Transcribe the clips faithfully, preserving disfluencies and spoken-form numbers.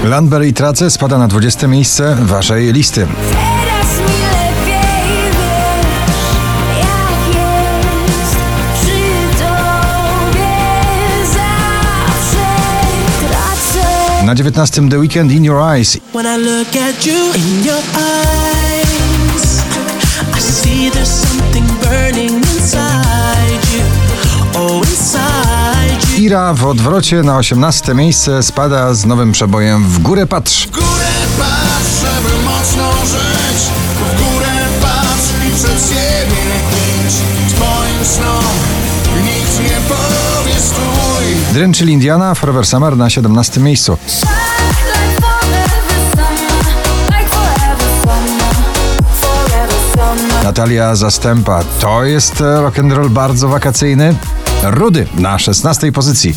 Landberry i Trace spada na dwudzieste miejsce waszej listy. Teraz mi lepiej wiesz, jak jest przy tobie zawsze tracę. Na dziewiętnastym The Weeknd In Your Eyes. When I look at you in your eyes, I see there's something burning inside you. Oh, inside you. Ira w odwrocie na osiemnaste miejsce spada z nowym przebojem W górę patrz. W górę patrz, żeby mocno żyć. W górę patrz i przed siebie idź. Twoim snom nikt nie powie stój. Dren, czyli Indiana, Forever Summer na siedemnastym miejscu. Natalia Zastępa. To jest rock'n'roll bardzo wakacyjny. Rudy na szesnastej pozycji.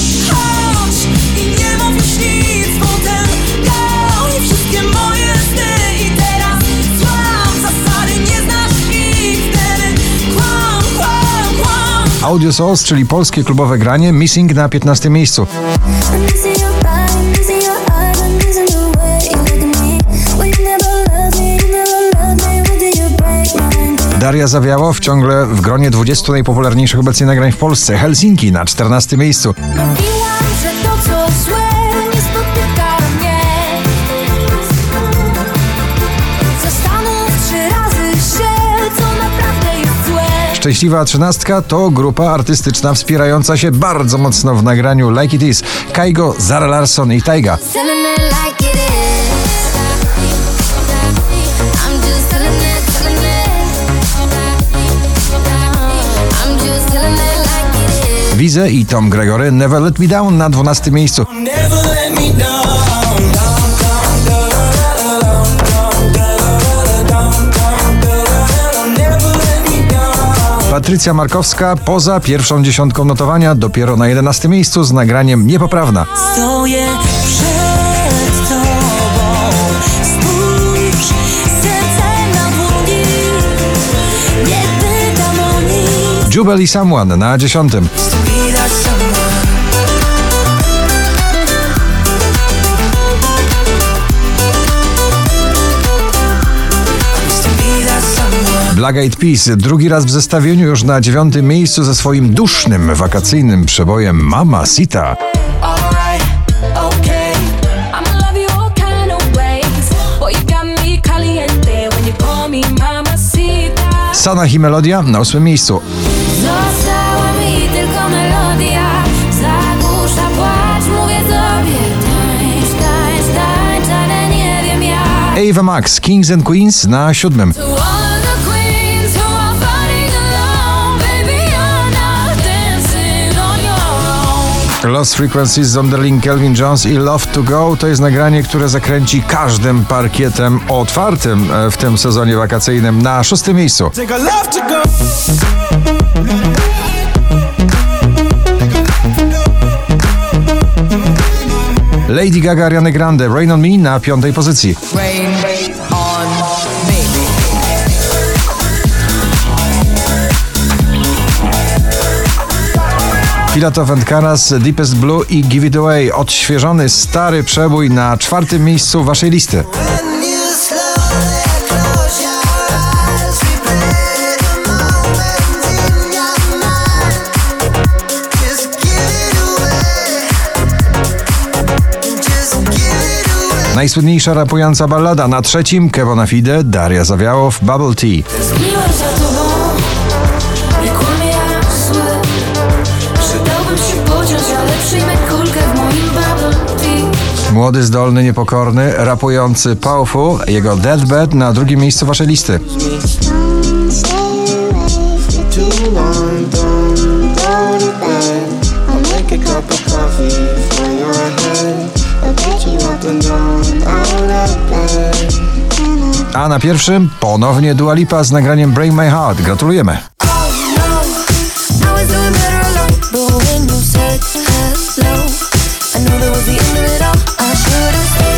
Audio Souls, czyli polskie klubowe granie, Missing na piętnastym miejscu. Daria Zawiałow ciągle w gronie dwudziestu najpopularniejszych obecnie nagrań w Polsce. Helsinki na czternastym miejscu. Mówiłam, że to co złe nie spotyka mnie. Zastanów trzy razy się, co naprawdę jest złe. Szczęśliwa trzynastka to grupa artystyczna wspierająca się bardzo mocno w nagraniu Like It Is. Kygo, Zara Larsson i Tyga. Wize i Tom Gregory Never Let Me Down na dwunastym miejscu. Patrycja Markowska poza pierwszą dziesiątką notowania, dopiero na jedenastym miejscu z nagraniem Niepoprawna. Stoję przed tobą, spójrz, serce na dłoni, nie pytam o nic. Jubel i Someone na dziesiątym. Black Eyed Peas drugi raz w zestawieniu, już na dziewiątym miejscu ze swoim dusznym, wakacyjnym przebojem Mamacita. Sanach i Melodia na ósmym miejscu. Została mi tylko melodia, zagłusza płacz, mówię tobie tańcz, tańcz, tańcz, ale nie wiem jak. Ava Max, Kings and Queens na siódmym. Lost Frequencies, Zonderling, Kelvin Jones i Love to Go to jest nagranie, które zakręci każdym parkietem otwartym w tym sezonie wakacyjnym na szóstym miejscu. Lady Gaga, Ariana Grande, Rain on Me na piątej pozycji. Rain on me. Filatov and Karas, Deepest Blue i Give It Away. Odświeżony, stary przebój na czwartym miejscu waszej listy. Najsłynniejsza rapująca ballada na trzecim, Kevona Fide, Daria Zawiałow, Bubble Tea. Młody, zdolny, niepokorny, rapujący Powerful, jego Deathbed na drugim miejscu waszej listy. A na pierwszym ponownie Dua Lipa z nagraniem Break My Heart. Gratulujemy. I know that was the end of it all. I should've stayed.